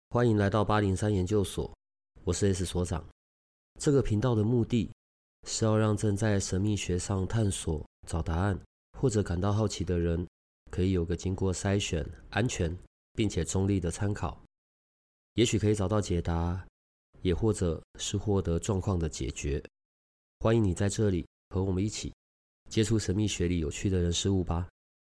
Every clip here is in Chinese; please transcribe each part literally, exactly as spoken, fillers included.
欢迎来到八零三研究所，我是 S 所长。这个频道的目的是要让正在神秘学上探索、找答案或者感到好奇的人，可以有个经过筛选、安全并且中立的参考，也许可以找到解答，也或者是获得状况的解决。欢迎你在这里和我们一起接触神秘学里有趣的人事物吧。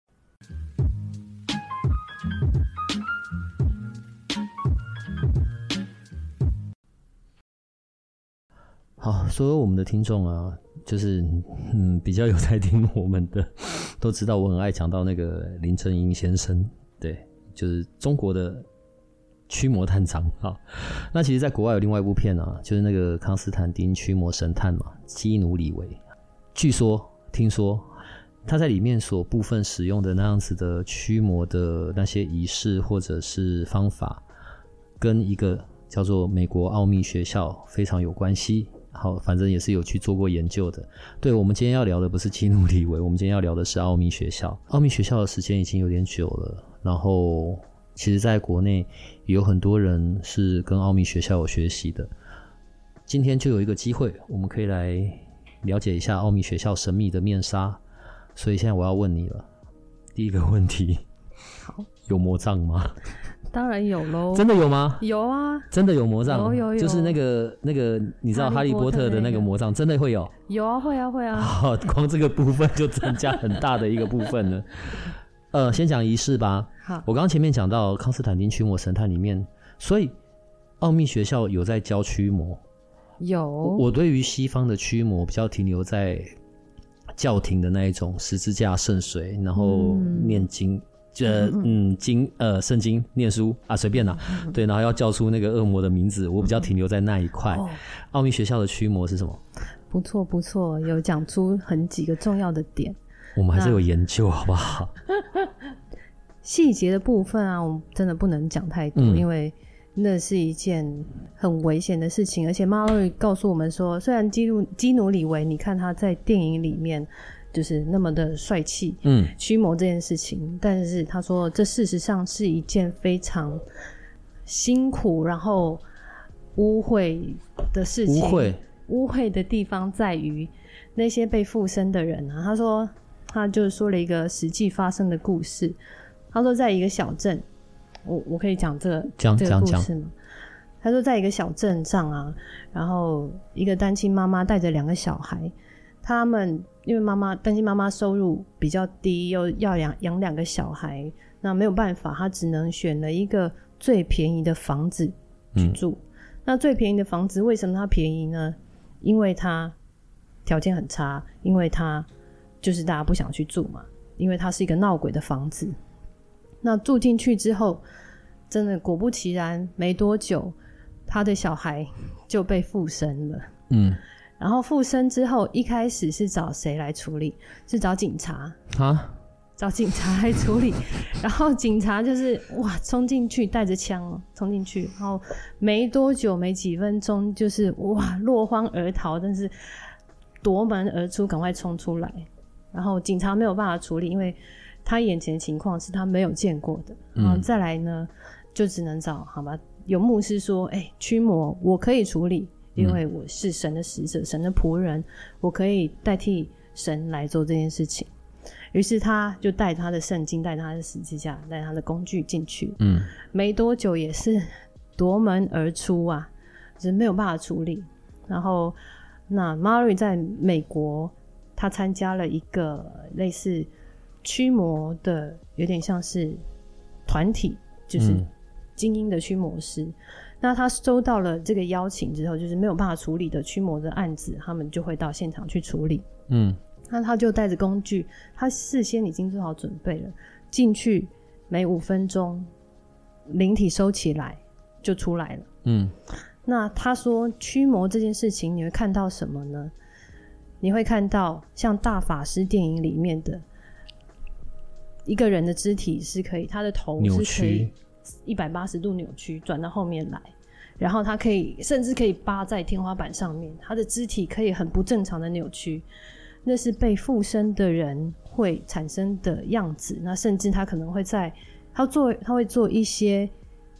好，所有我们的听众啊，就是嗯比较有在听我们的，都知道我很爱讲到那个林正英先生，对，就是中国的驱魔探长啊。那其实在国外有另外一部片啊，就是那个康斯坦丁驱魔神探嘛，基努里维。据说听说他在里面所部分使用的那样子的驱魔的那些仪式或者是方法，跟一个叫做美国奥秘学校非常有关系。好，反正也是有去做过研究的。对，我们今天要聊的不是基努里维，我们今天要聊的是奥秘学校。奥秘学校的时间已经有点久了，然后其实在国内也有很多人是跟奥秘学校有学习的。今天就有一个机会，我们可以来了解一下奥秘学校神秘的面纱。所以现在我要问你了，第一个问题， 好， 有魔杖吗？ 当然有咯。 真的有吗？ 有啊， 真的有魔杖， 有有有， 就是那个那个你知道哈利波特的那个魔杖，真的会有？ 有啊，会啊会啊。 好，光这个部分就增加很大的一个部分了。呃，先讲仪式吧。 好， 我刚刚前面讲到康斯坦丁驱魔神探里面，所以奥秘学校有在教驱魔。 有。 我对于西方的驱魔比较停留在教廷的那一种十字架圣水，然后念经。嗯呃嗯，经呃圣经念书啊，随便啦，嗯，对，然后要叫出那个恶魔的名字，我比较停留在那一块。哦，奥秘学校的驱魔是什么？ 不错不错，有讲出很几个重要的点。 我们还是有研究，好不好？ 细节的部分啊，我们真的不能讲太多，嗯，因为那是一件很危险的事情。而且马瑞告诉我们说，虽然基努基努里维，你看他在电影里面就是那么的帅气，嗯，驱魔这件事情，但是他说这事实上是一件非常辛苦然后污秽的事情。污秽污秽的地方在于那些被附身的人啊，他说他就说了一个实际发生的故事。他说在一个小镇，我我可以讲这个讲这个故事吗？他说在一个小镇上啊，然后一个单亲妈妈带着两个小孩，他们因为妈妈单亲妈妈收入比较低，又要养养两个小孩，那没有办法，她只能选了一个最便宜的房子去住。嗯，那最便宜的房子为什么它便宜呢？因为它条件很差，因为它就是大家不想去住嘛，因为它是一个闹鬼的房子。那住进去之后，真的果不其然，没多久他的小孩就被附身了。嗯，然后附身之后，一开始是找谁来处理？是找警察啊，找警察来处理。然后警察就是哇，冲进去带着枪冲进去，然后没多久，没几分钟，就是哇，落荒而逃，但是夺门而出，赶快冲出来。然后警察没有办法处理，因为他眼前的情况是他没有见过的。然后再来呢，就只能找好吧，有牧师说，哎，欸，驱魔我可以处理。因为我是神的使者，神的仆人，我可以代替神来做这件事情。于是他就带他的圣经，带他的十字架，带他的工具进去。嗯，没多久也是夺门而出啊，就是没有办法处理。然后那 Mary 在美国，他参加了一个类似驱魔的，有点像是团体，就是精英的驱魔师。嗯，那他收到了这个邀请之后，就是没有办法处理的驱魔的案子，他们就会到现场去处理。嗯，那他就带着工具，他事先已经做好准备了，进去每五分钟灵体收起来就出来了。嗯，那他说驱魔这件事情你会看到什么呢？你会看到像大法师电影里面的一个人的肢体是可以，他的头是可以一百八十度扭曲转到后面来，然后他可以甚至可以扒在天花板上面，他的肢体可以很不正常的扭曲，那是被附身的人会产生的样子。那甚至他可能会在他做他会做一些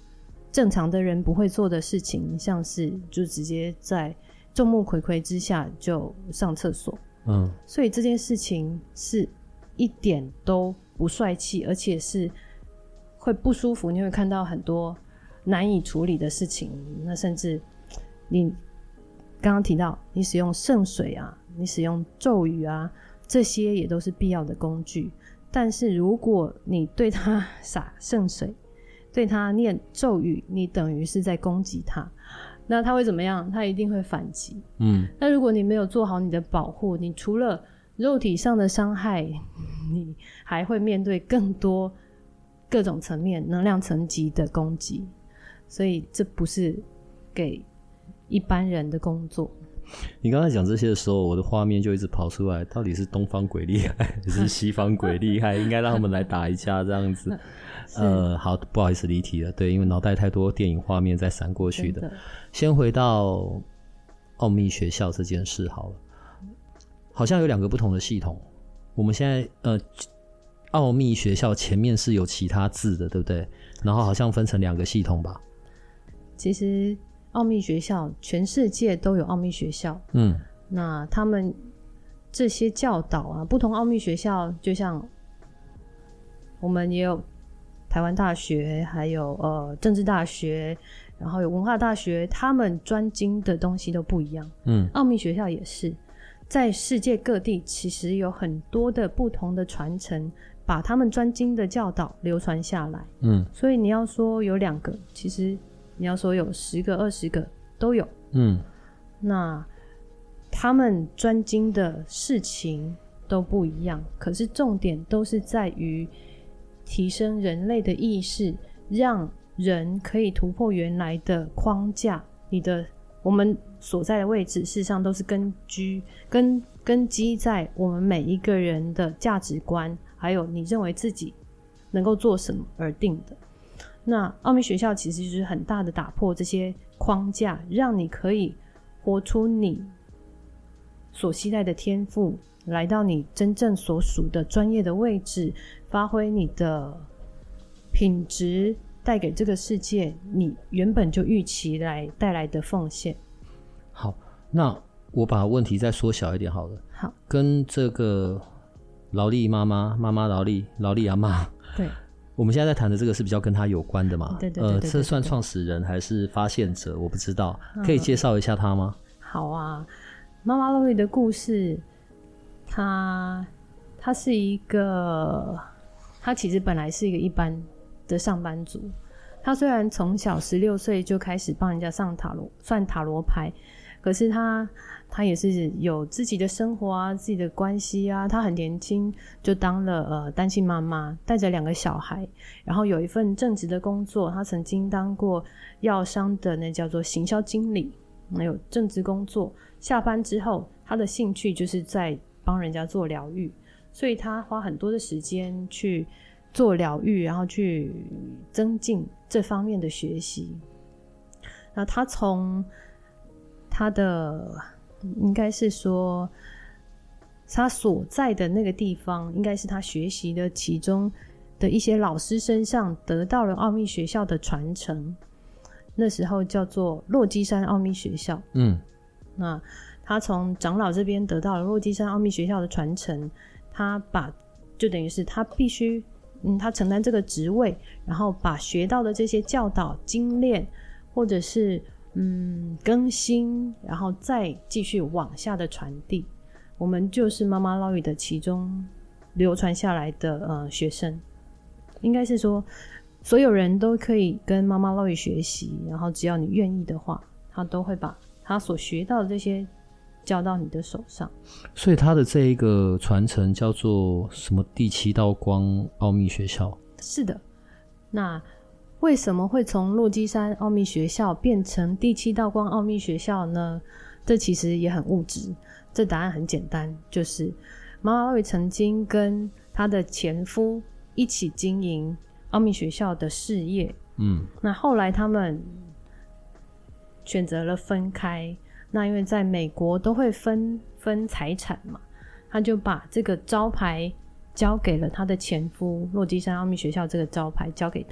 正常的人不会做的事情，像是就直接在众目睽睽之下就上厕所，嗯，所以这件事情是一点都不帅气，而且是会不舒服，你会看到很多难以处理的事情。那甚至你刚刚提到你使用圣水啊，你使用咒语啊，这些也都是必要的工具，但是如果你对他洒圣水，对他念咒语，你等于是在攻击他，那他会怎么样？他一定会反击。嗯，那如果你没有做好你的保护，你除了肉体上的伤害，你还会面对更多各种层面能量层级的攻击，所以这不是给一般人的工作。 你刚才讲这些的时候，我的画面就一直跑出来，到底是东方鬼厉害还是西方鬼厉害？应该让他们来打一架这样子。呃，好，不好意思离题了，对，因为脑袋太多电影画面在闪过去的。的先回到奥秘学校这件事好了，好像有两个不同的系统。我们现在呃，奥秘学校前面是有其他字的，对不对？然后好像分成两个系统吧。 其实奥秘学校全世界都有奥秘学校，嗯，那他们这些教导啊，不同奥秘学校，就像我们也有台湾大学，还有呃政治大学，然后有文化大学，他们专精的东西都不一样。嗯，奥秘学校也是在世界各地，其实有很多的不同的传承，把他们专精的教导流传下来。嗯，所以你要说有两个，其实你要说有十个、二十个都有。嗯，那他们专精的事情都不一样，可是重点都是在于提升人类的意识，让人可以突破原来的框架。你的我们所在的位置事实上都是根据根根基在我们每一个人的价值观，还有你认为自己能够做什么而定的。那奥秘学校其实就是很大的打破这些框架，让你可以活出你所期待的天赋，来到你真正所属的专业的位置，发挥你的品质，带给这个世界你原本就预期来带来的奉献。 好，那我把问题再缩小一点好了。 好， 跟这个劳力妈妈妈妈劳力劳力阿嬷， 对， 我们现在在谈的这个是比较跟她有关的嘛？ 对对 对, 对, 对, 对, 对, 对, 呃，这算创始人还是发现者？我不知道，可以介绍一下她吗？ 嗯、好啊，妈妈劳力的故事，她她是一个，她其实本来是一个一般的上班族。她虽然从小十六岁就开始帮人家上塔罗算塔罗牌，可是她她也是有自己的生活啊，自己的关系啊。她很年轻就当了呃单亲妈妈，带着两个小孩，然后有一份正职的工作。她曾经当过药商的那叫做行销经理，还有正职工作。下班之后，她的兴趣就是在帮人家做疗愈，所以她花很多的时间去做疗愈，然后去增进这方面的学习。那他从他的应该是说他所在的那个地方，应该是他学习的其中的一些老师身上得到了奥秘学校的传承，那时候叫做落基山奥秘学校。嗯，那他从长老这边得到了落基山奥秘学校的传承，他把就等于是他必须嗯，他承担这个职位，然后把学到的这些教导精炼，或者是嗯更新，然后再继续往下的传递。我们就是妈妈劳语的其中流传下来的呃学生，应该是说所有人都可以跟妈妈劳语学习，然后只要你愿意的话，他都会把他所学到的这些交到你的手上。 所以他的这一个传承叫做什么第七道光奥秘学校？ 是的。那为什么会从落基山奥秘学校变成第七道光奥秘学校呢？这其实也很物质，这答案很简单，就是妈妈劳语曾经跟她的前夫一起经营奥秘学校的事业。嗯，那后来他们选择了分开。那因为在美国都会分分财产嘛，他就把这个招牌交给了他的前夫，落基山奥秘学校这个招牌交给他。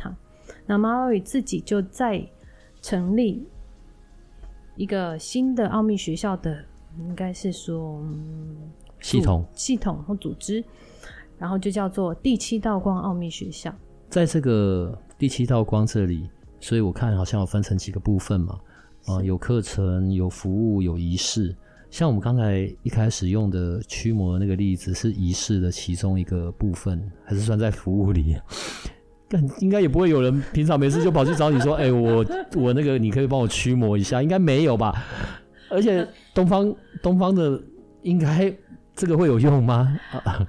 那马老宇自己就在成立一个新的奥秘学校的，应该是说、嗯、 系统系统或组织，然后就叫做第七道光奥秘学校。在这个第七道光这里，所以我看好像有分成几个部分嘛，呃、有课程，有服务，有仪式。像我们刚才一开始用的驱魔的那个例子是仪式的其中一个部分，还是算在服务里？应该也不会有人平常没事就跑去找你说哎、欸，我我那个你可以帮我驱魔一下，应该没有吧？而且东方东方的应该这个会有用吗？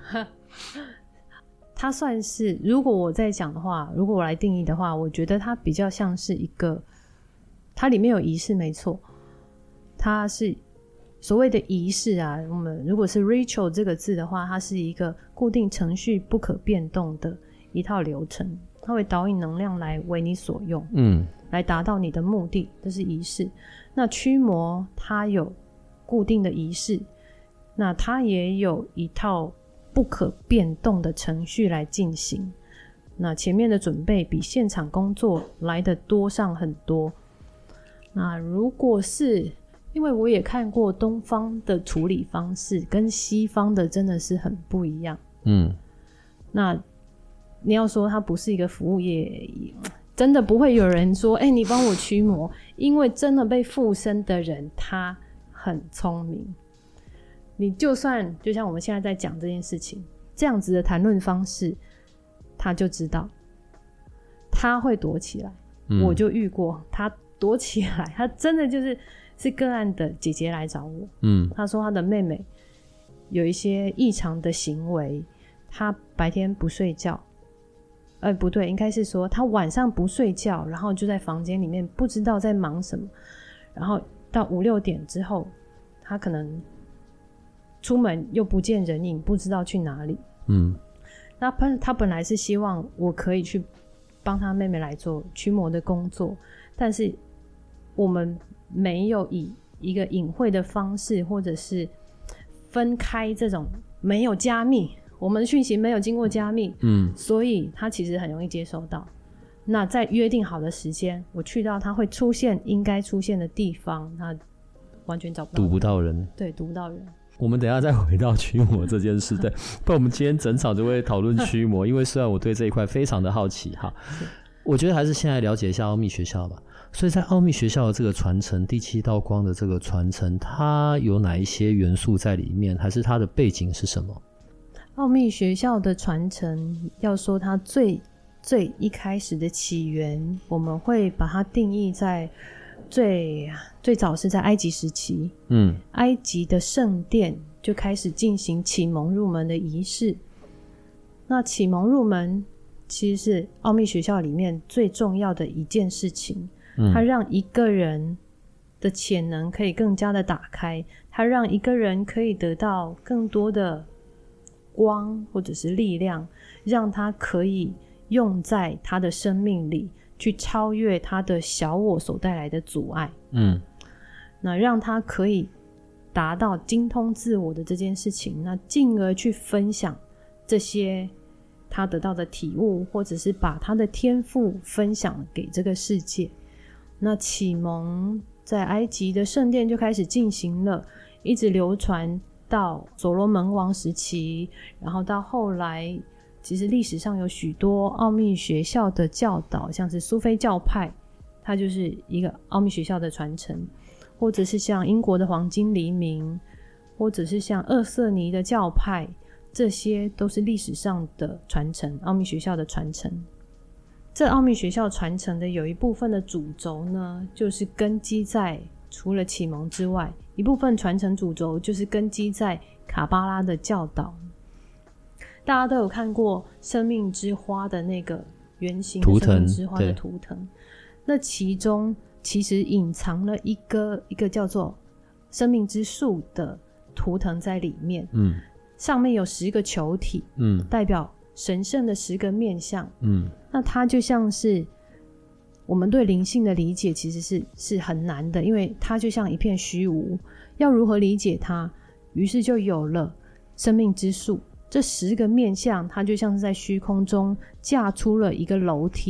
它算是，如果我在讲的话，如果我来定义的话，我觉得它比较像是一个，它里面有仪式没错，它是所谓的仪式啊，我们如果是 ritual 这个字的话，它是一个固定程序不可变动的一套流程，它会导引能量来为你所用，嗯，来达到你的目的，这是仪式。那驱魔它有固定的仪式，那它也有一套不可变动的程序来进行，那前面的准备比现场工作来得多上很多。那如果是因为我也看过东方的处理方式跟西方的真的是很不一样，嗯，那你要说它不是一个服务业，真的不会有人说哎、欸，你帮我驱魔，因为真的被附身的人他很聪明，你就算就像我们现在在讲这件事情这样子的谈论方式，他就知道他会躲起来、嗯、我就遇过他躲起来，他真的就是是个案的姐姐来找我，嗯，他说他的妹妹有一些异常的行为，他白天不睡觉，呃，不对，应该是说他晚上不睡觉，然后就在房间里面不知道在忙什么，然后到五六点之后他可能出门又不见人影，不知道去哪里，嗯，那他本来是希望我可以去帮他妹妹来做驱魔的工作，但是我们没有以一个隐晦的方式或者是分开，这种没有加密，我们的讯息没有经过加密，嗯，所以他其实很容易接收到。那在约定好的时间我去到他会出现应该出现的地方，他完全找不到， 堵不到人， 对，堵不到人。 我们等一下再回到驱魔这件事，对，不然我们今天整场就会讨论驱魔，因为虽然我对这一块非常的好奇哈，我觉得还是先来了解一下奥秘学校吧。所以在奥秘学校的这个传承，第七道光的这个传承，它有哪一些元素在里面，还是它的背景是什么？ 奥秘学校的传承，要说它最最一开始的起源，我们会把它定义在最最早是在埃及时期，嗯，埃及的圣殿就开始进行启蒙入门的仪式。那启蒙入门其实是奥秘学校里面最重要的一件事情，嗯，它让一个人的潜能可以更加的打开，它让一个人可以得到更多的光或者是力量，让他可以用在他的生命里，去超越他的小我所带来的阻碍，嗯，那让他可以达到精通自我的这件事情，那进而去分享这些他得到的体悟，或者是把他的天赋分享给这个世界。那启蒙在埃及的圣殿就开始进行了，一直流传到所罗门王时期，然后到后来其实历史上有许多奥秘学校的教导，像是苏菲教派，它就是一个奥秘学校的传承，或者是像英国的黄金黎明，或者是像厄瑟尼的教派，这些都是历史上的传承，奥秘学校的传承。这奥秘学校传承的有一部分的主轴呢，就是根基在除了启蒙之外，一部分传承主轴就是根基在卡巴拉的教导。大家都有看过生命之花的那个圆形的生命之花的图腾，那其中其实隐藏了一个一个叫做生命之树的图腾在里面，嗯，上面有十个球体，嗯，代表神圣的十个面向，嗯，那它就像是我们对灵性的理解其实是是很难的，因为它就像一片虚无，要如何理解它？于是就有了生命之树。这十个面向，它就像是在虚空中架出了一个楼梯，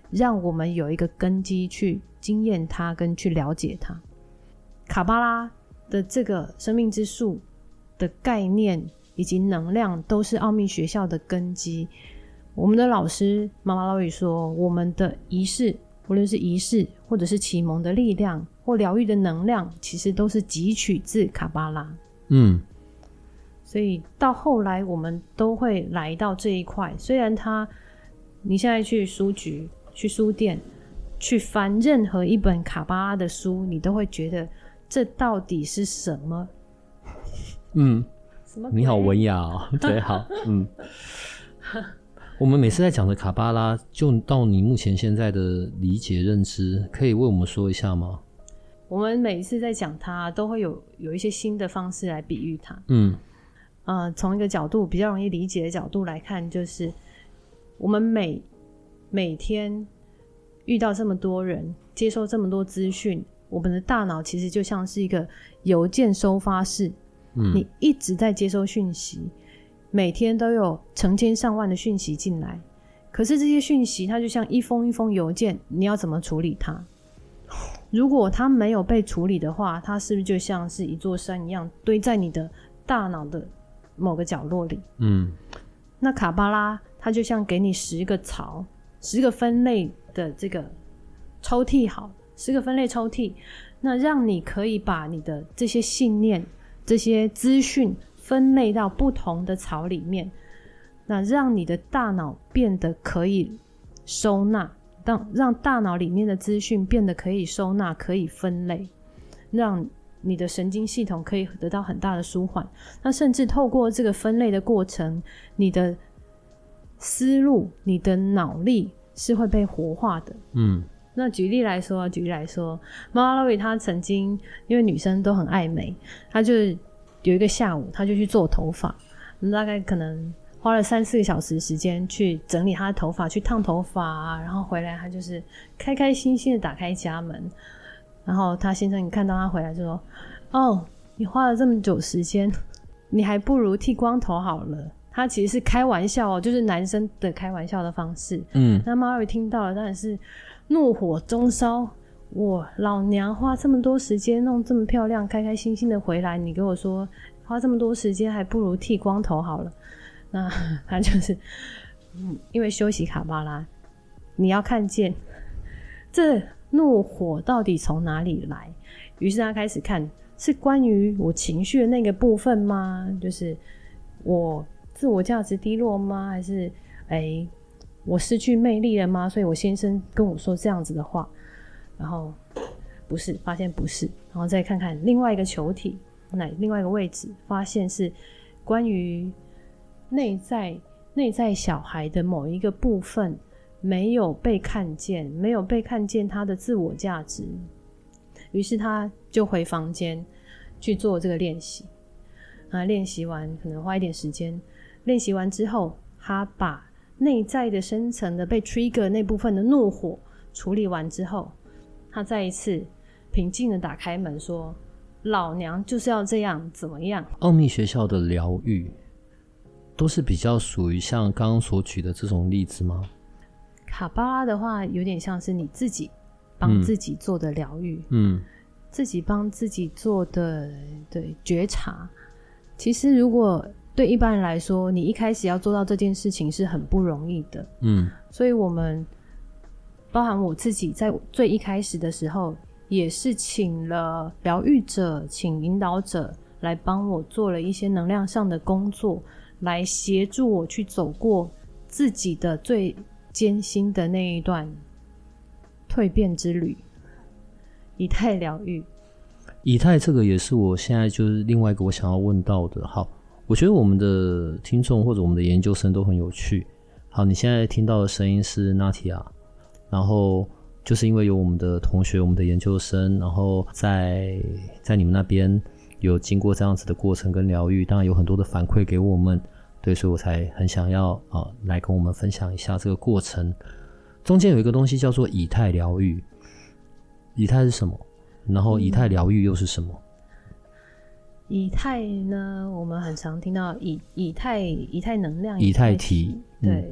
让我们有一个根基去经验它跟去了解它。卡巴拉的这个生命之树的概念以及能量都是奥秘学校的根基。我们的老师妈妈老语说，我们的仪式，无论是仪式或者是启蒙的力量或疗愈的能量，其实都是汲取自卡巴拉。 嗯， 所以到后来我们都会来到这一块。虽然他你现在去书局去书店去翻任何一本卡巴拉的书，你都会觉得这到底是什么？ 嗯， 什么？ 你好文雅哦，对，好，嗯。我们每次在讲的卡巴拉，就到你目前现在的理解认知，可以为我们说一下吗？ 我们每一次在讲它，都会有有一些新的方式来比喻它。 嗯， 呃，从一个角度比较容易理解的角度来看，就是我们每每天遇到这么多人，接收这么多资讯，我们的大脑其实就像是一个邮件收发室，嗯，你一直在接收讯息。每天都有成千上万的讯息进来，可是这些讯息它就像一封一封邮件，你要怎么处理它？如果它没有被处理的话，它是不是就像是一座山一样堆在你的大脑的某个角落里？嗯，那卡巴拉它就像给你十个槽，十个分类的这个抽屉，好，十个分类抽屉，那让你可以把你的这些信念、这些资讯分类到不同的槽里面，那让你的大脑变得可以收纳，让让大脑里面的资讯变得可以收纳，可以分类，让你的神经系统可以得到很大的舒缓。那甚至透过这个分类的过程，你的思路、你的脑力是会被活化的。嗯，那举例来说，举例来说，妈妈 Lori 她曾经因为女生都很爱美，她就是有一个下午，他就去做头发，大概可能花了三四个小时时间去整理他的头发，去烫头发啊，然后回来他就是开开心心的打开家门，然后他先生一看到他回来就说：“哦，你花了这么久时间，你还不如剃光头好了。”他其实是开玩笑哦，就是男生的开玩笑的方式。嗯，那 Mary 听到了当然是怒火中烧。我老娘花这么多时间弄这么漂亮，开开心心的回来，你给我说花这么多时间还不如剃光头好了。那他就是嗯，因为修习卡巴拉，你要看见这怒火到底从哪里来，于是他开始看是关于我情绪的那个部分吗？就是我自我价值低落吗？还是哎我失去魅力了吗？所以我先生跟我说这样子的话，然后不是，发现不是，然后再看看另外一个球体，那另外一个位置，发现是关于内在内在小孩的某一个部分没有被看见，没有被看见他的自我价值，于是他就回房间去做这个练习。那练习完可能花一点时间，练习完之后，他把内在的深层的被 trigger 那部分的怒火处理完之后，他再一次平静的打开门说：“老娘就是要这样，怎么样？” 奥秘学校的疗愈都是比较属于像刚刚所举的这种例子吗？ 卡巴拉的话，有点像是你自己帮自己做的疗愈，嗯，自己帮自己做的对觉察。其实如果对一般人来说，你一开始要做到这件事情是很不容易的，嗯，所以我们包含我自己在最一开始的时候也是请了疗愈者，请引导者来帮我做了一些能量上的工作，来协助我去走过自己的最艰辛的那一段蜕变之旅。以太疗愈， 以太这个也是我现在就是另外一个我想要问到的。好，我觉得我们的听众或者我们的研究生都很有趣。好，你现在听到的声音是 Natia， 然后就是因为有我们的同学，我们的研究生，然后在在你们那边有经过这样子的过程跟疗愈，当然有很多的反馈给我们，对，所以我才很想要、呃、来跟我们分享一下这个过程。中间有一个东西叫做以太疗愈，以太是什么？然后以太疗愈又是什么？ 以太呢，我们很常听到以以太以太能量、 以太体， 对、嗯。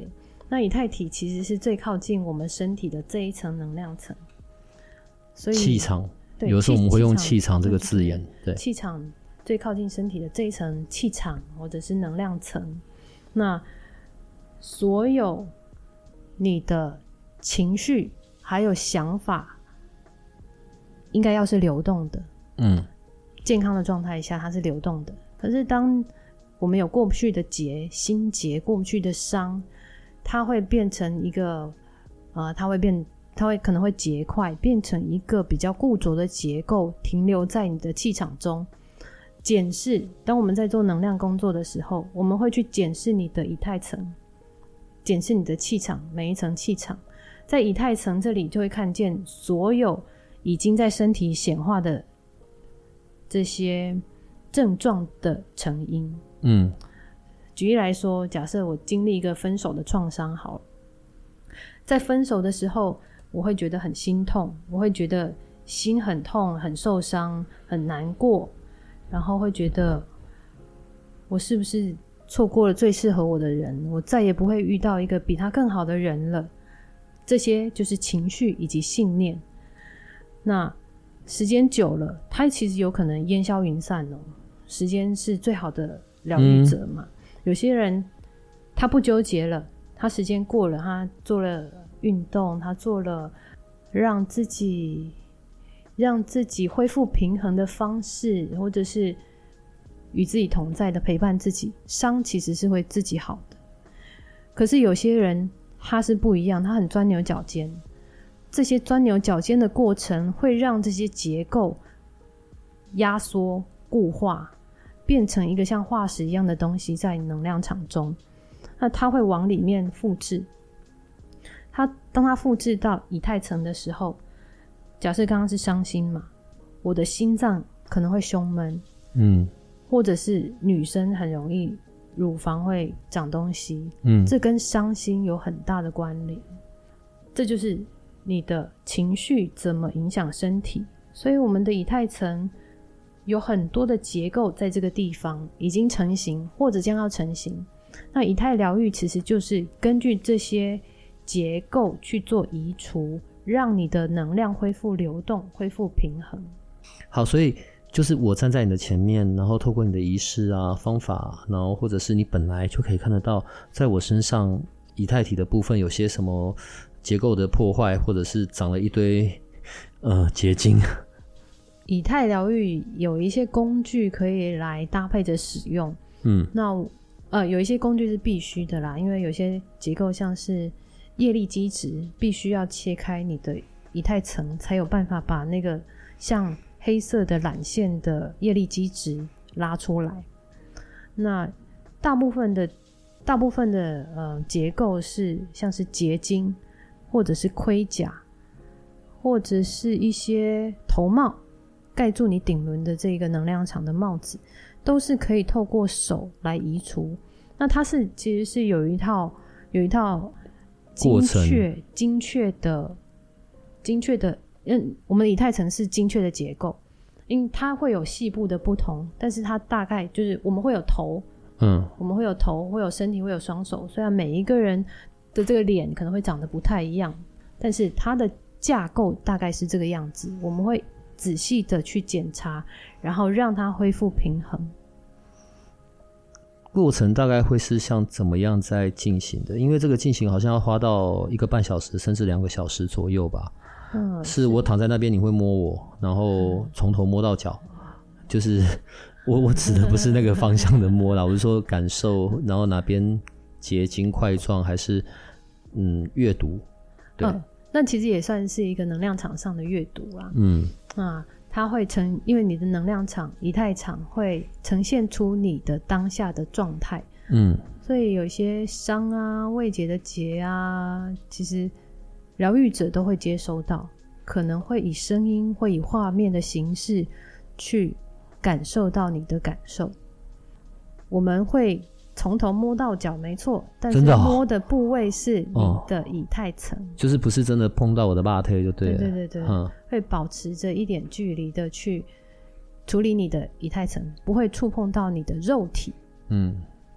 那以太体其实是最靠近我们身体的这一层能量层，所以气场，有时候我们会用气场这个字眼，对， 气场最靠近身体的这一层气场或者是能量层，那所有你的情绪还有想法应该要是流动的，嗯，健康的状态下它是流动的。可是当我们有过不去的结、心结、过不去的伤，它会变成一个呃，它会变，它会可能会结块，变成一个比较固着的结构，停留在你的气场中。检视，当我们在做能量工作的时候，我们会去检视你的以太层，检视你的气场，每一层气场，在以太层这里就会看见所有已经在身体显化的这些症状的成因。嗯，举例来说，假设我经历一个分手的创伤好了，在分手的时候我会觉得很心痛，我会觉得心很痛，很受伤，很难过，然后会觉得我是不是错过了最适合我的人，我再也不会遇到一个比他更好的人了。这些就是情绪以及信念。那时间久了，它其实有可能烟消云散哦。时间是最好的疗愈者嘛、嗯、有些人他不纠结了，他时间过了，他做了运动，他做了让自己让自己恢复平衡的方式，或者是与自己同在的陪伴自己，伤其实是会自己好的。可是有些人他是不一样，他很钻牛角尖，这些钻牛角尖的过程会让这些结构压缩固化，变成一个像化石一样的东西在能量场中。那它会往里面复制，它当它复制到以太层的时候，假设刚刚是伤心嘛，我的心脏可能会胸闷，嗯，或者是女生很容易乳房会长东西，嗯，这跟伤心有很大的关联。这就是你的情绪怎么影响身体。所以我们的以太层有很多的结构在这个地方已经成型或者将要成型。那以太疗愈其实就是根据这些结构去做移除，让你的能量恢复流动，恢复平衡。 好，所以就是我站在你的前面，然后透过你的仪式啊方法，然后或者是你本来就可以看得到在我身上以太体的部分有些什么结构的破坏，或者是长了一堆呃结晶。 以太疗愈有一些工具可以来搭配着使用，嗯，那呃有一些工具是必须的啦，因为有些结构像是业力基质，必须要切开你的以太层才有办法把那个像黑色的缆线的业力基质拉出来。那大部分的大部分的呃结构是像是结晶，或者是盔甲，或者是一些头帽，盖住你顶轮的这个能量场的帽子，都是可以透过手来移除。那它是其实是有一套有一套精确精确的精确的嗯，我们的以太层是精确的结构，因为它会有细部的不同，但是它大概就是我们会有头，嗯，我们会有头，会有身体，会有双手，虽然每一个人的这个脸可能会长得不太一样，但是它的架构大概是这个样子。我们会仔细的去检查，然后让它恢复平衡。 过程大概会是像怎么样在进行的？因为这个进行好像要花到一个半小时甚至两个小时左右吧。嗯，是我躺在那边你会摸我，然后从头摸到脚，就是我我指的不是那个方向的摸啦，我是说感受，然后哪边结晶块状还是嗯阅读。对、嗯， 那其实也算是一个能量场上的阅读啦。嗯，啊，它会呈，因为你的能量场以太场会呈现出你的当下的状态。嗯，所以有些伤啊、未结的结啊，其实疗愈者都会接收到，可能会以声音，会以画面的形式去感受到你的感受。我们会从头摸到脚没错，但是摸的部位是你的以太层、哦、 就是不是真的碰到我的肉体就对了。 对对对对、嗯、会保持着一点距离的去处理你的以太层，不会触碰到你的肉体。嗯，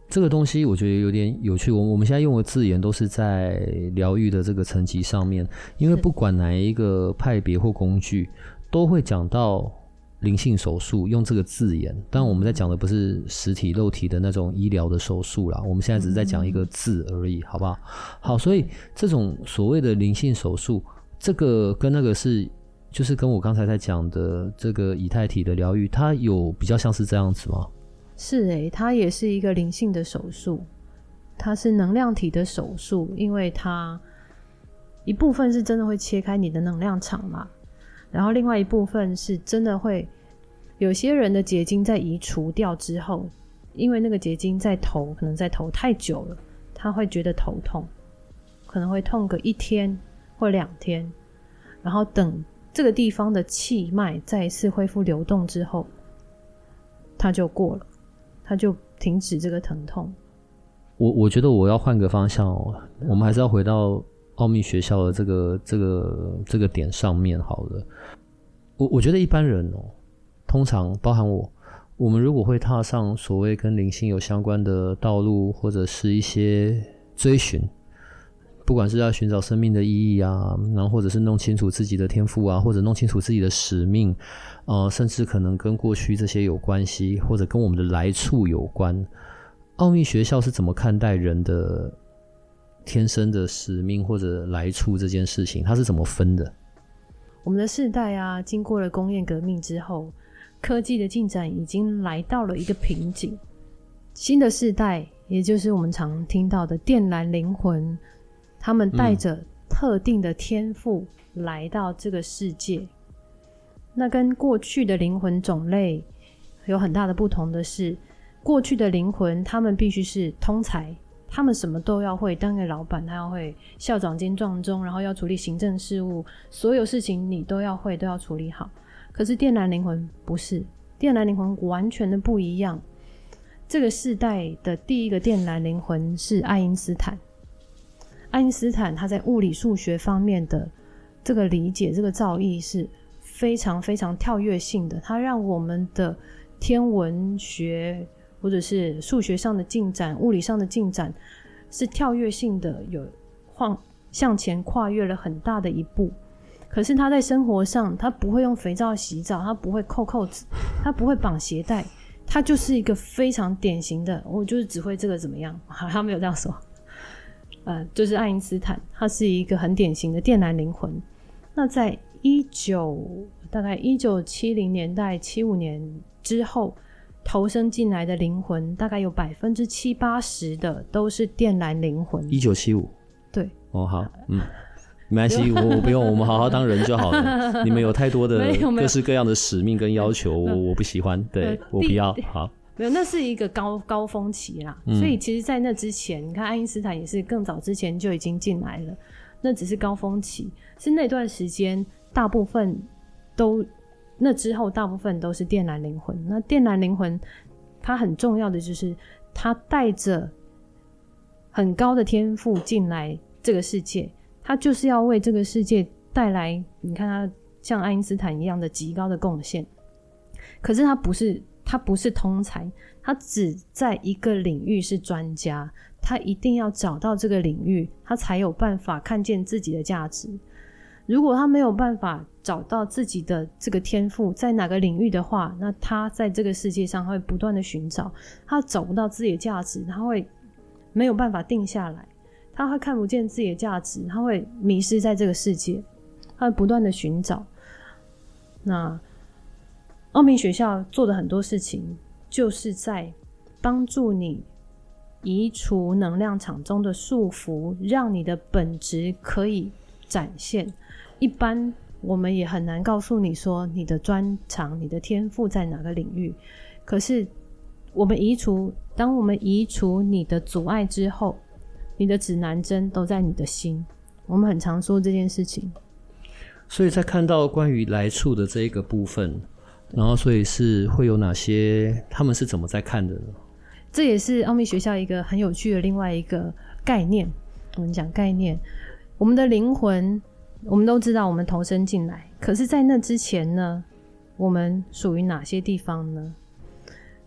这个东西我觉得有点有趣，我我们现在用的字眼都是在疗愈的这个层级上面，因为不管哪一个派别或工具都会讲到灵性手术，用这个字眼，但我们在讲的不是实体肉体的那种医疗的手术啦，我们现在只是在讲一个字而已，好不好？好，所以这种所谓的灵性手术，这个跟那个是就是跟我刚才在讲的这个以太体的疗愈，它有比较像是这样子吗？ 是诶，它也是一个灵性的手术，它是能量体的手术，因为它一部分是真的会切开你的能量场嘛，然后另外一部分是真的会有些人的结晶在移除掉之后，因为那个结晶在头可能在头太久了，他会觉得头痛，可能会痛个一天或两天，然后等这个地方的气脉再一次恢复流动之后，它就过了，它就停止这个疼痛。 我我觉得我要换个方向哦，我们还是要回到奥秘学校的这个这个这个点上面好了。我我觉得一般人哦，通常包含我，我们如果会踏上所谓跟灵性有相关的道路，或者是一些追寻，不管是要寻找生命的意义啊，然后或者是弄清楚自己的天赋啊，或者弄清楚自己的使命，呃，甚至可能跟过去这些有关系，或者跟我们的来处有关。奥秘学校是怎么看待人的天生的使命或者来处这件事情？它是怎么分的？ 我们的世代啊，经过了工业革命之后，科技的进展已经来到了一个瓶颈。新的世代，也就是我们常听到的靛蓝灵魂，他们带着特定的天赋来到这个世界。嗯、那跟过去的灵魂种类有很大的不同的是，过去的灵魂他们必须是通才，他们什么都要会，当个老板他要会校长兼撞钟，然后要处理行政事务，所有事情你都要会，都要处理好。可是靛蓝灵魂不是，靛蓝灵魂完全的不一样。这个世代的第一个靛蓝灵魂是爱因斯坦。爱因斯坦他在物理数学方面的这个理解，这个造诣是非常非常跳跃性的，他让我们的天文学或者是数学上的进展，物理上的进展是跳跃性的，有晃向前跨越了很大的一步。可是他在生活上，他不会用肥皂洗澡，他不会扣扣子，他不会绑鞋带，他就是一个非常典型的，我就是只会这个怎么样，他没有这样说，呃，就是爱因斯坦，他是一个很典型的靛蓝灵魂。那在一九大概一九七零年代七五年之后投生进来的灵魂，大概有百分之七八十的都是靛蓝灵魂。 一九七五， 对， 哦，好，嗯，没关系，我我不用，我们好好当人就好了。你们有太多的各式各样的使命跟要求，我我不喜欢，对我不要。好， 没有，那是一个高高峰期啦。嗯、所以其实，在那之前，你看爱因斯坦也是更早之前就已经进来了，那只是高峰期，是那段时间大部分都。那之后大部分都是靛蓝灵魂。那靛蓝灵魂它很重要的就是它带着很高的天赋进来这个世界，它就是要为这个世界带来，你看它像爱因斯坦一样的极高的贡献。可是它不是它不是通才，它只在一个领域是专家，他一定要找到这个领域，他才有办法看见自己的价值。如果他没有办法找到自己的这个天赋在哪个领域的话，那他在这个世界上会不断的寻找，他找不到自己的价值，他会没有办法定下来，他会看不见自己的价值，他会迷失在这个世界，他会不断的寻找。那奥秘学校做的很多事情就是在帮助你移除能量场中的束缚，让你的本质可以展现。一般我们也很难告诉你说你的专长你的天赋在哪个领域，可是我们移除当我们移除你的阻碍之后，你的指南针都在你的心，我们很常说这件事情。 所以在看到关于来处的这一个部分，然后所以是会有哪些他们是怎么在看的呢？ 这也是奥秘学校一个很有趣的另外一个概念。我们讲概念，我们的灵魂我们都知道我们投身进来，可是在那之前呢，我们属于哪些地方呢？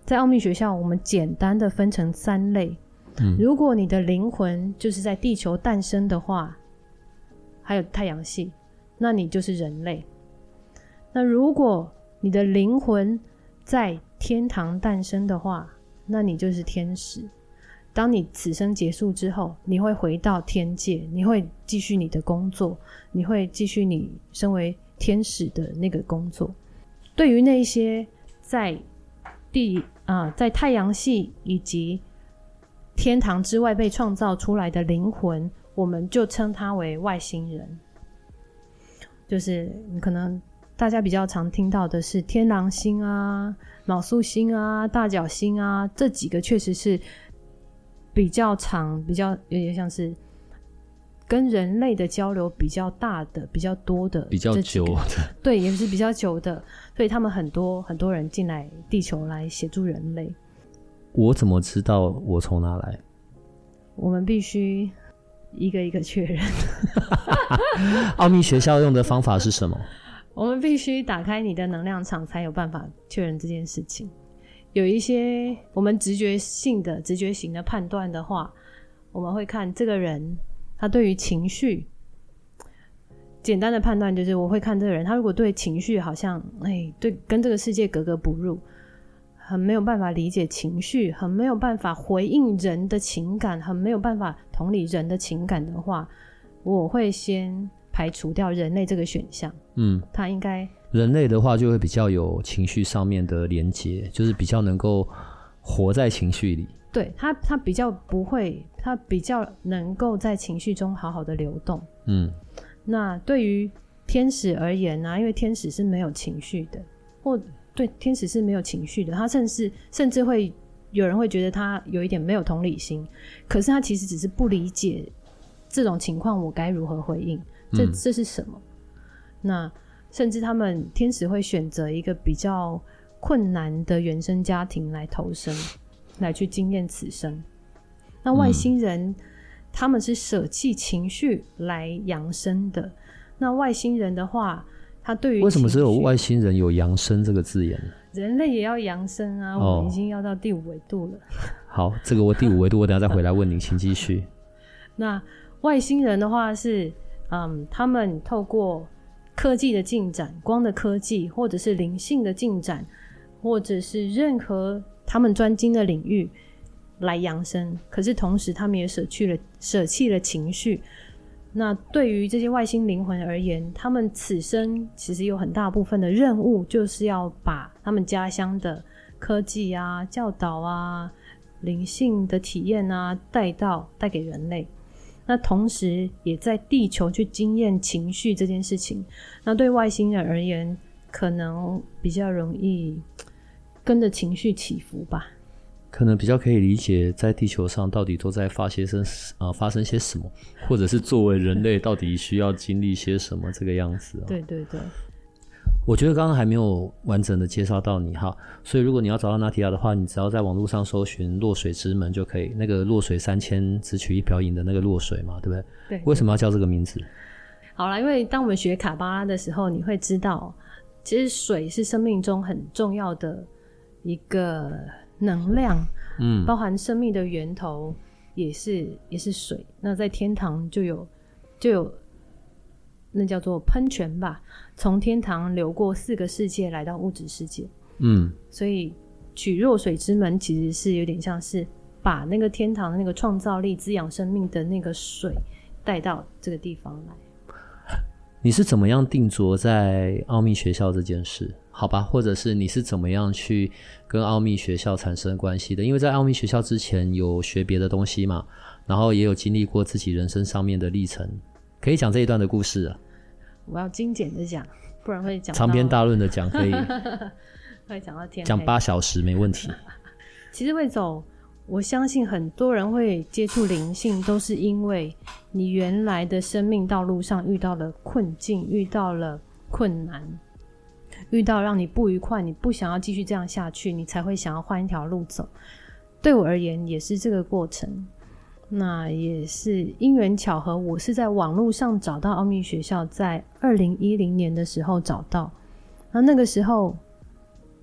在奥秘学校我们简单的分成三类、嗯、如果你的灵魂就是在地球诞生的话，还有太阳系，那你就是人类。那如果你的灵魂在天堂诞生的话，那你就是天使。当你此生结束之后，你会回到天界，你会继续你的工作，你会继续你身为天使的那个工作。对于那些在地啊、在太阳系以及天堂之外被创造出来的灵魂，我们就称它为外星人。就是你可能大家比较常听到的是天狼星啊、昴宿星啊、大角星啊，这几个确实是比较长、比较有点像是跟人类的交流比较大的、比较多的、 比较久的， 对，也是比较久的，所以他们很多很多人进来地球来协助人类。 我怎么知道我从哪来？ 我们必须一个一个确认。 奥秘学校用的方法是什么？ 我们必须打开你的能量场才有办法确认这件事情。有一些我们直觉性的直觉型的判断的话，我们会看这个人他对于情绪，简单的判断就是我会看这个人，他如果对情绪好像哎，对，跟这个世界格格不入，很没有办法理解情绪，很没有办法回应人的情感，很没有办法同理人的情感的话，我会先排除掉人类这个选项。嗯，他应该人类的话就会比较有情绪上面的连结，就是比较能够活在情绪里。 对，他他比较不会，他比较能够在情绪中好好的流动。嗯，那对于天使而言呢、啊，因为天使是没有情绪的，或对天使是没有情绪的，他甚至甚至会有人会觉得他有一点没有同理心，可是他其实只是不理解这种情况我该如何回应，这这是什么？那甚至他们天使会选择一个比较困难的原生家庭来投生，来去经验此生。那外星人、嗯、他们是舍弃情绪来扬升的。那外星人的话，他对于为什么只有外星人有扬升这个字眼？ 人类也要扬升啊、哦、我们已经要到第五维度了。好， 这个我第五维度我等一下再回来问你，请继续。 那外星人的话是嗯，他们透过科技的进展，光的科技，或者是灵性的进展，或者是任何他们专精的领域来扬升，可是同时他们也舍去了舍弃了情绪。那对于这些外星灵魂而言，他们此生其实有很大部分的任务就是要把他们家乡的科技啊、教导啊、灵性的体验啊带到带给人类。那同时也在地球去经验情绪这件事情。那对外星人而言，可能比较容易跟着情绪起伏吧， 可能比较可以理解在地球上到底都在发生、呃、发生些什么，或者是作为人类到底需要经历些什么这个样子、哦、 对对对， 我觉得刚刚还没有完整的介绍到你哈，所以如果你要找到娜提亚的话，你只要在网络上搜寻落水之门就可以，那个落水三千只取一瓢饮的那个落水嘛，对不对？对。为什么要叫这个名字？ 好啦，因为当我们学卡巴拉的时候，你会知道其实水是生命中很重要的一个能量，嗯，包含生命的源头也是也是水。那在天堂就有就有那叫做喷泉吧，从天堂流过四个世界来到物质世界。嗯，所以取弱水之门其实是有点像是把那个天堂的那个创造力滋养生命的那个水带到这个地方来。 你是怎么样定着在奥秘学校这件事？好吧，或者是你是怎么样去跟奥秘学校产生关系的？因为在奥秘学校之前有学别的东西嘛，然后也有经历过自己人生上面的历程，可以讲这一段的故事啊。 我要精简的讲，不然会讲长篇大论的讲，可以会讲到天黑， 讲八小时没问题。 其实魏总，我相信很多人会接触灵性，都是因为你原来的生命道路上遇到了困境，遇到了困难，遇到让你不愉快，你不想要继续这样下去，你才会想要换一条路走。对我而言也是这个过程。那也是因缘巧合，我是在网络上找到奥秘学校，在二零一零年的时候找到。然后那个时候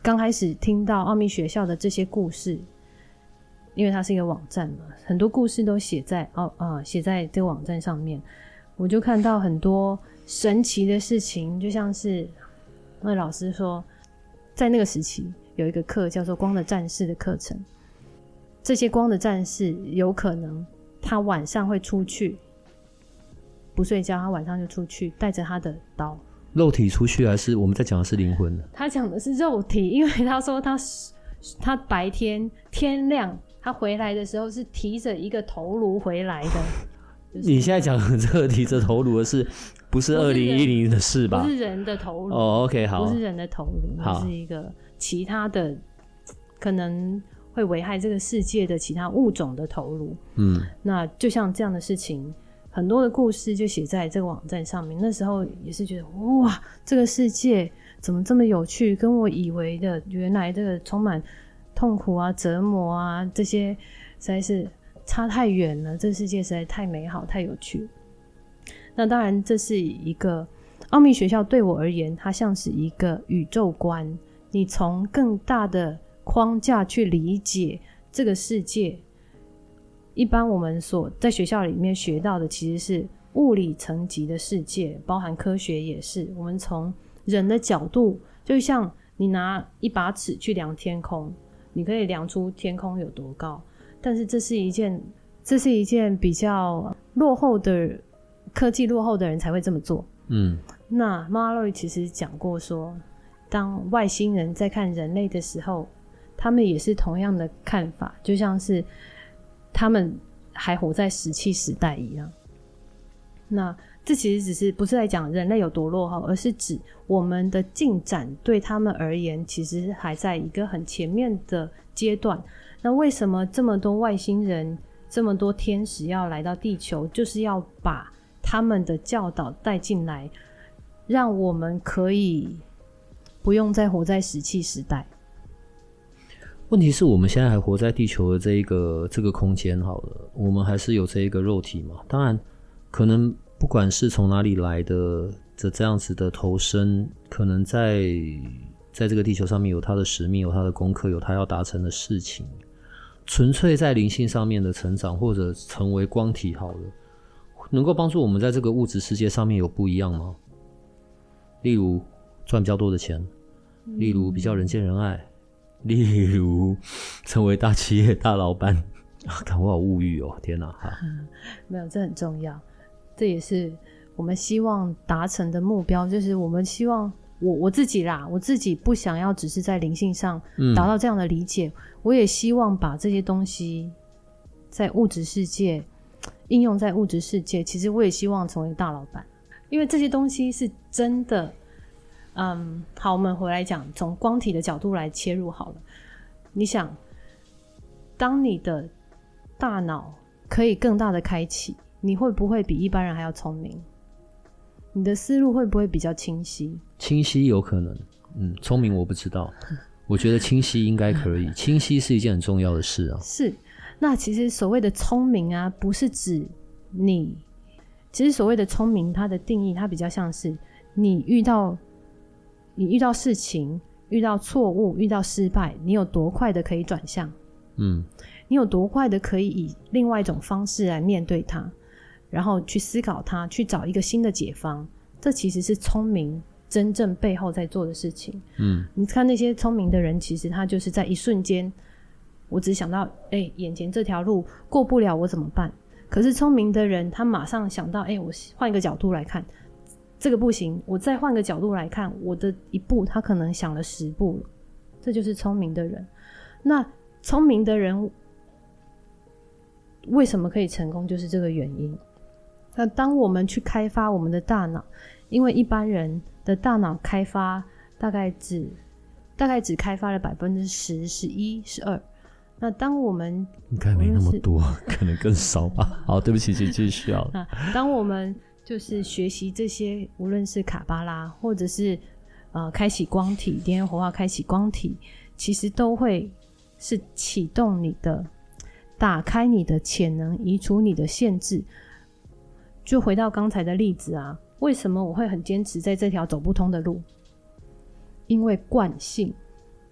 刚开始听到奥秘学校的这些故事，因为它是一个网站嘛，很多故事都写在哦啊写在这个网站上面，我就看到很多神奇的事情，就像是那老师说，在那个时期有一个课叫做光的战士的课程，这些光的战士有可能他晚上会出去不睡觉，他晚上就出去带着他的刀。 肉体出去还是我们在讲的是灵魂？ 他讲的是肉体，因为他说他他白天天亮他回来的时候是提着一个头颅回来的。就是、 你现在讲的这个提着头颅的是不是二零一零的事吧？ 不是人的头颅。 哦 OK 好， 不是人的头颅，是一个其他的可能会危害这个世界的其他物种的头颅。嗯，那就像这样的事情，很多的故事就写在这个网站上面。那时候也是觉得哇，这个世界怎么这么有趣，跟我以为的原来这个充满痛苦啊折磨啊这些实在是差太远了，这个世界实在太美好太有趣。那当然这是一个奥秘学校，对我而言它像是一个宇宙观，你从更大的框架去理解这个世界。一般我们所在学校里面学到的其实是物理层级的世界，包含科学也是，我们从人的角度，就像你拿一把尺去量天空，你可以量出天空有多高，但是这是一件这是一件比较落后的科技落后的人才会这么做。嗯，那 Malloy 其实讲过说，当外星人在看人类的时候，他们也是同样的看法，就像是他们还活在石器时代一样。那这其实只是不是在讲人类有多落后，而是指我们的进展对他们而言其实还在一个很前面的阶段。那为什么这么多外星人这么多天使要来到地球，就是要把他们的教导带进来，让我们可以不用再活在石器时代。 问题是我们现在还活在地球的这一个这个空间好了，我们还是有这一个肉体嘛。当然可能不管是从哪里来的这这样子的投身，可能在在这个地球上面有他的使命，有他的功课，有他要达成的事情。纯粹在灵性上面的成长，或者成为光体好了，能够帮助我们在这个物质世界上面有不一样吗？例如赚比较多的钱，例如比较人见人爱，例如成为大企业大老板。啊，看我好物欲哦，天哪！ 嗯，没有，这很重要，这也是我们希望达成的目标。就是我们希望我我自己啦，我自己不想要只是在灵性上达到这样的理解，嗯，我也希望把这些东西在物质世界应用在物质世界。其实我也希望成为大老板，因为这些东西是真的。嗯，好，我们回来讲，从光体的角度来切入好了。你想，当你的大脑可以更大的开启，你会不会比一般人还要聪明？你的思路会不会比较清晰？ 清晰有可能，嗯，聪明我不知道。我觉得清晰应该可以，清晰是一件很重要的事啊。 是，那其实所谓的聪明啊，不是指你，其实所谓的聪明，它的定义，它比较像是你遇到你遇到事情，遇到错误，遇到失败，你有多快的可以转向？嗯，你有多快的可以以另外一种方式来面对它，然后去思考它，去找一个新的解方。这其实是聪明真正背后在做的事情。嗯，你看那些聪明的人，其实他就是在一瞬间，我只想到哎、欸，眼前这条路过不了我怎么办？可是聪明的人他马上想到哎、欸，我换一个角度来看，这个不行，我再换个角度来看，我的一步他可能想了十步了。这就是聪明的人。那聪明的人为什么可以成功，就是这个原因。那当我们去开发我们的大脑，因为一般人的大脑开发大概只大概只开发了百分之十、十一、十二。那当我们应该没那么多，可能更少吧。好，对不起，请继续啊。 当我们就是学习这些，无论是卡巴拉，或者是呃开启光体、D N A 活化开启光体，其实都会是启动你的，打开你的潜能，移除你的限制。就回到刚才的例子啊，为什么我会很坚持在这条走不通的路？因为惯性，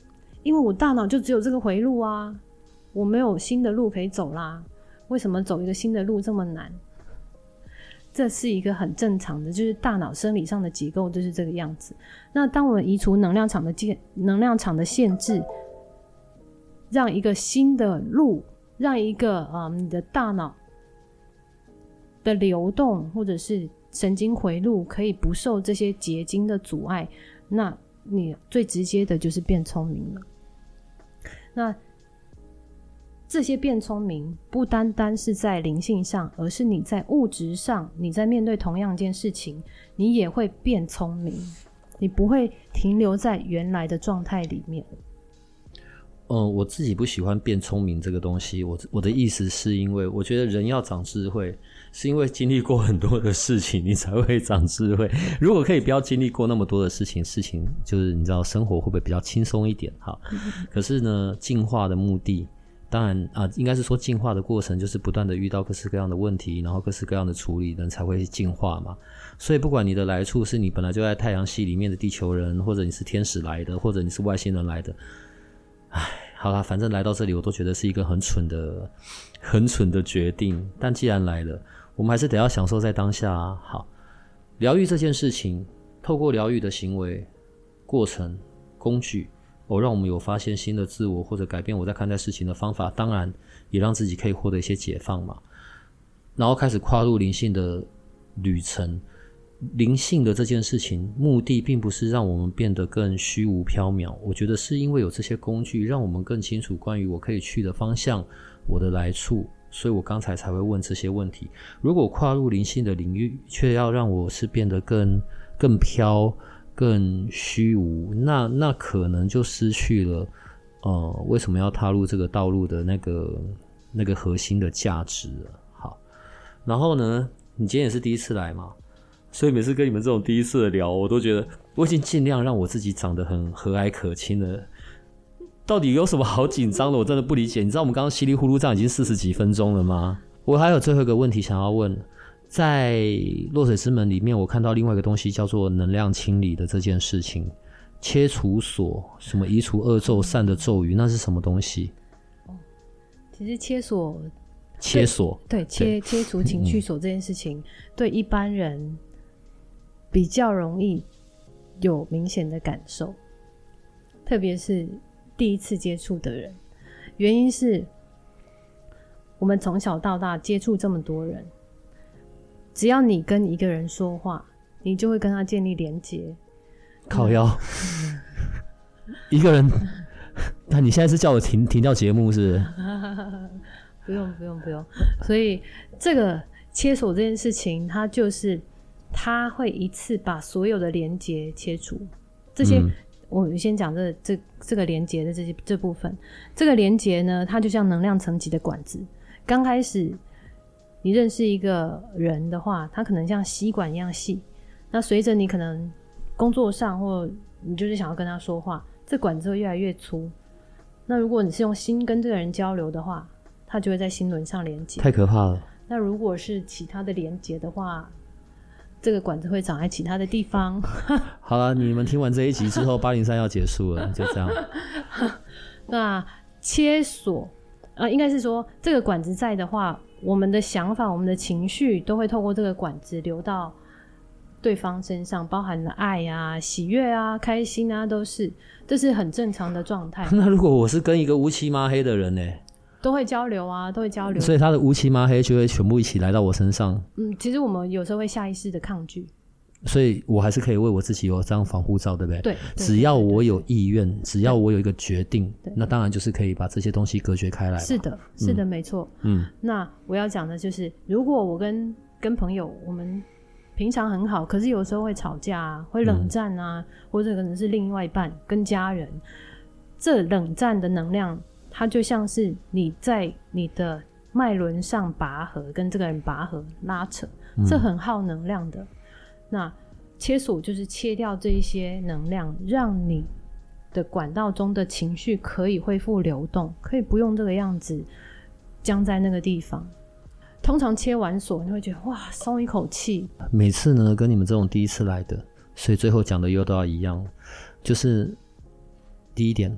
因为我大脑就只有这个回路啊，我没有新的路可以走啦，为什么走一个新的路这么难？这是一个很正常的，就是大脑生理上的结构就是这个样子。那当我们移除能量场的限能量场的限制，让一个新的路，让一个、嗯、你的大脑的流动或者是神经回路可以不受这些结晶的阻碍，那你最直接的就是变聪明了。那这些变聪明不单单是在灵性上，而是你在物质上，你在面对同样一件事情，你也会变聪明，你不会停留在原来的状态里面。 嗯，我自己不喜欢变聪明这个东西，我我的意思是因为我觉得人要长智慧，是因为经历过很多的事情你才会长智慧。如果可以不要经历过那么多的事情，事情就是你知道生活会不会比较轻松一点？好，可是呢，进化的目的当然啊、呃，应该是说进化的过程就是不断的遇到各式各样的问题，然后各式各样的处理，人才会进化嘛。所以不管你的来处是你本来就在太阳系里面的地球人，或者你是天使来的，或者你是外星人来的，唉，好啦，反正来到这里我都觉得是一个很蠢的很蠢的决定，但既然来了，我们还是得要享受在当下啊。好，疗愈这件事情，透过疗愈的行为、过程、工具，哦，让我们有发现新的自我，或者改变我在看待事情的方法，当然也让自己可以获得一些解放嘛。然后开始跨入灵性的旅程。灵性的这件事情目的并不是让我们变得更虚无缥缈，我觉得是因为有这些工具让我们更清楚关于我可以去的方向，我的来处，所以我刚才才会问这些问题。如果跨入灵性的领域却要让我是变得更更飘更虚无，那那可能就失去了呃为什么要踏入这个道路的那个那个核心的价值了。好，然后呢，你今天也是第一次来嘛，所以每次跟你们这种第一次的聊，我都觉得我已经尽量让我自己长得很和蔼可亲了。到底有什么好紧张的？我真的不理解。你知道我们刚刚稀里糊涂这样已经四十几分钟了吗？我还有最后一个问题想要问，在落水之门里面，我看到另外一个东西叫做能量清理的这件事情，切除锁，什么移除恶咒、善的咒语，那是什么东西？ 其实切锁， 切锁， 对，切切除情绪锁这件事情，嗯、对一般人比较容易有明显的感受，特别是第一次接触的人。原因是我们从小到大接触这么多人，只要你跟一个人说话，你就会跟他建立连结。 靠腰、嗯、一个人那你现在是叫我停停掉节目是不是？ 不用不用不用。所以这个切锁这件事情，它就是它会一次把所有的连结切除。这些、嗯、我们先讲这这这个连结的这些这部分。这个连结呢，它就像能量层级的管子。刚开始你认识一个人的话，它可能像吸管一样细，那随着你可能工作上或你就是想要跟他说话，这管子会越来越粗。那如果你是用心跟这个人交流的话，它就会在心轮上连接。太可怕了。 那如果是其他的连接的话，这个管子会长在其他的地方。 好了，你们听完这一集之后八零三要结束了，就这样。 那切锁呃，应该是说这个管子在的话，我们的想法我们的情绪都会透过这个管子流到对方身上，包含了爱啊喜悦啊开心啊，都是这是很正常的状态。 那如果我是跟一个乌漆抹黑的人呢？ 都会交流啊，都会交流， 所以他的乌漆抹黑就会全部一起来到我身上。 嗯，其实我们有时候会下意识的抗拒， 所以我还是可以为我自己有这张防护罩，对不对？ 对， 只要我有意愿，只要我有一个决定，那当然就是可以把这些东西隔绝开来。 是的，是的，嗯、没错。嗯，那我要讲的就是，如果我跟跟朋友，我们平常很好，可是有时候会吵架啊，会冷战啊，嗯、或者可能是另外一半跟家人，这冷战的能量。它就像是你在你的脉轮上拔河，跟这个人拔河拉扯，这很耗能量的。嗯、那切锁就是切掉这一些能量，让你的管道中的情绪可以恢复流动，可以不用这个样子僵在那个地方。通常切完锁，你会觉得哇，松一口气。 每次呢，跟你们这种第一次来的，所以最后讲的又都要一样，就是第一点。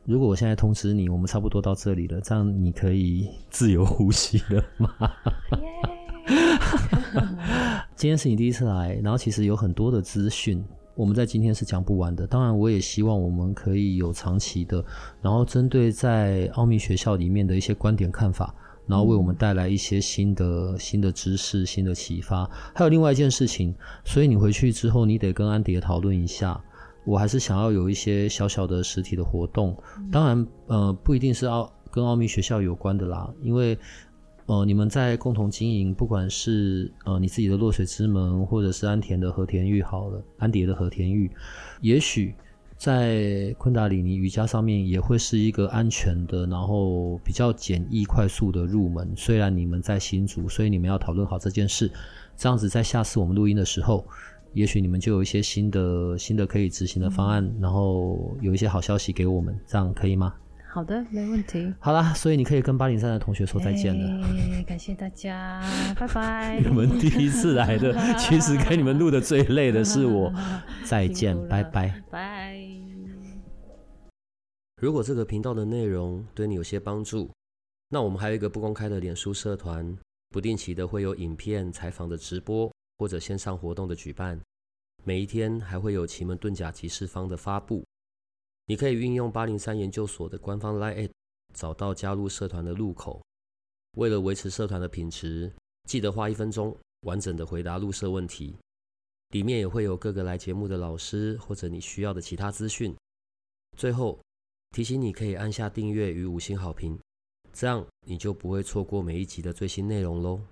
如果我现在通知你我们差不多到这里了，这样你可以自由呼吸了吗？今天是你第一次来，然后其实有很多的资讯我们在今天是讲不完的，当然我也希望我们可以有长期的，然后针对在奥秘学校里面的一些观点看法，然后为我们带来一些新的新的知识、新的启发。还有另外一件事情，所以你回去之后你得跟安迪讨论一下，我还是想要有一些小小的实体的活动，当然呃不一定是奥跟奥秘学校有关的啦，因为呃你们在共同经营，不管是呃你自己的落水之门，或者是安田的和田玉好了，安迪的和田玉，也许在昆达里尼瑜伽上面也会是一个安全的，然后比较简易快速的入门。虽然你们在新竹，所以你们要讨论好这件事，这样子在下次我们录音的时候，也许你们就有一些新的新的可以执行的方案，然后有一些好消息给我们，这样可以吗？ 好的，没问题。 好啦，所以你可以跟八零三的同学说再见了。 欸、感谢大家，拜拜。 你们第一次来的，其实给你们录的最累的是我。再见，拜拜。 拜。 如果这个频道的内容对你有些帮助，那我们还有一个不公开的脸书社团，不定期的会有影片、采访的直播或者线上活动的举办，每一天还会有奇门遁甲集市方的发布。你可以运用八零三研究所的官方 LINE@ 找到加入社团的入口。为了维持社团的品质，记得花一分钟完整的回答入社问题，里面也会有各个来节目的老师或者你需要的其他资讯。最后提醒你可以按下订阅与五星好评，这样你就不会错过每一集的最新内容咯。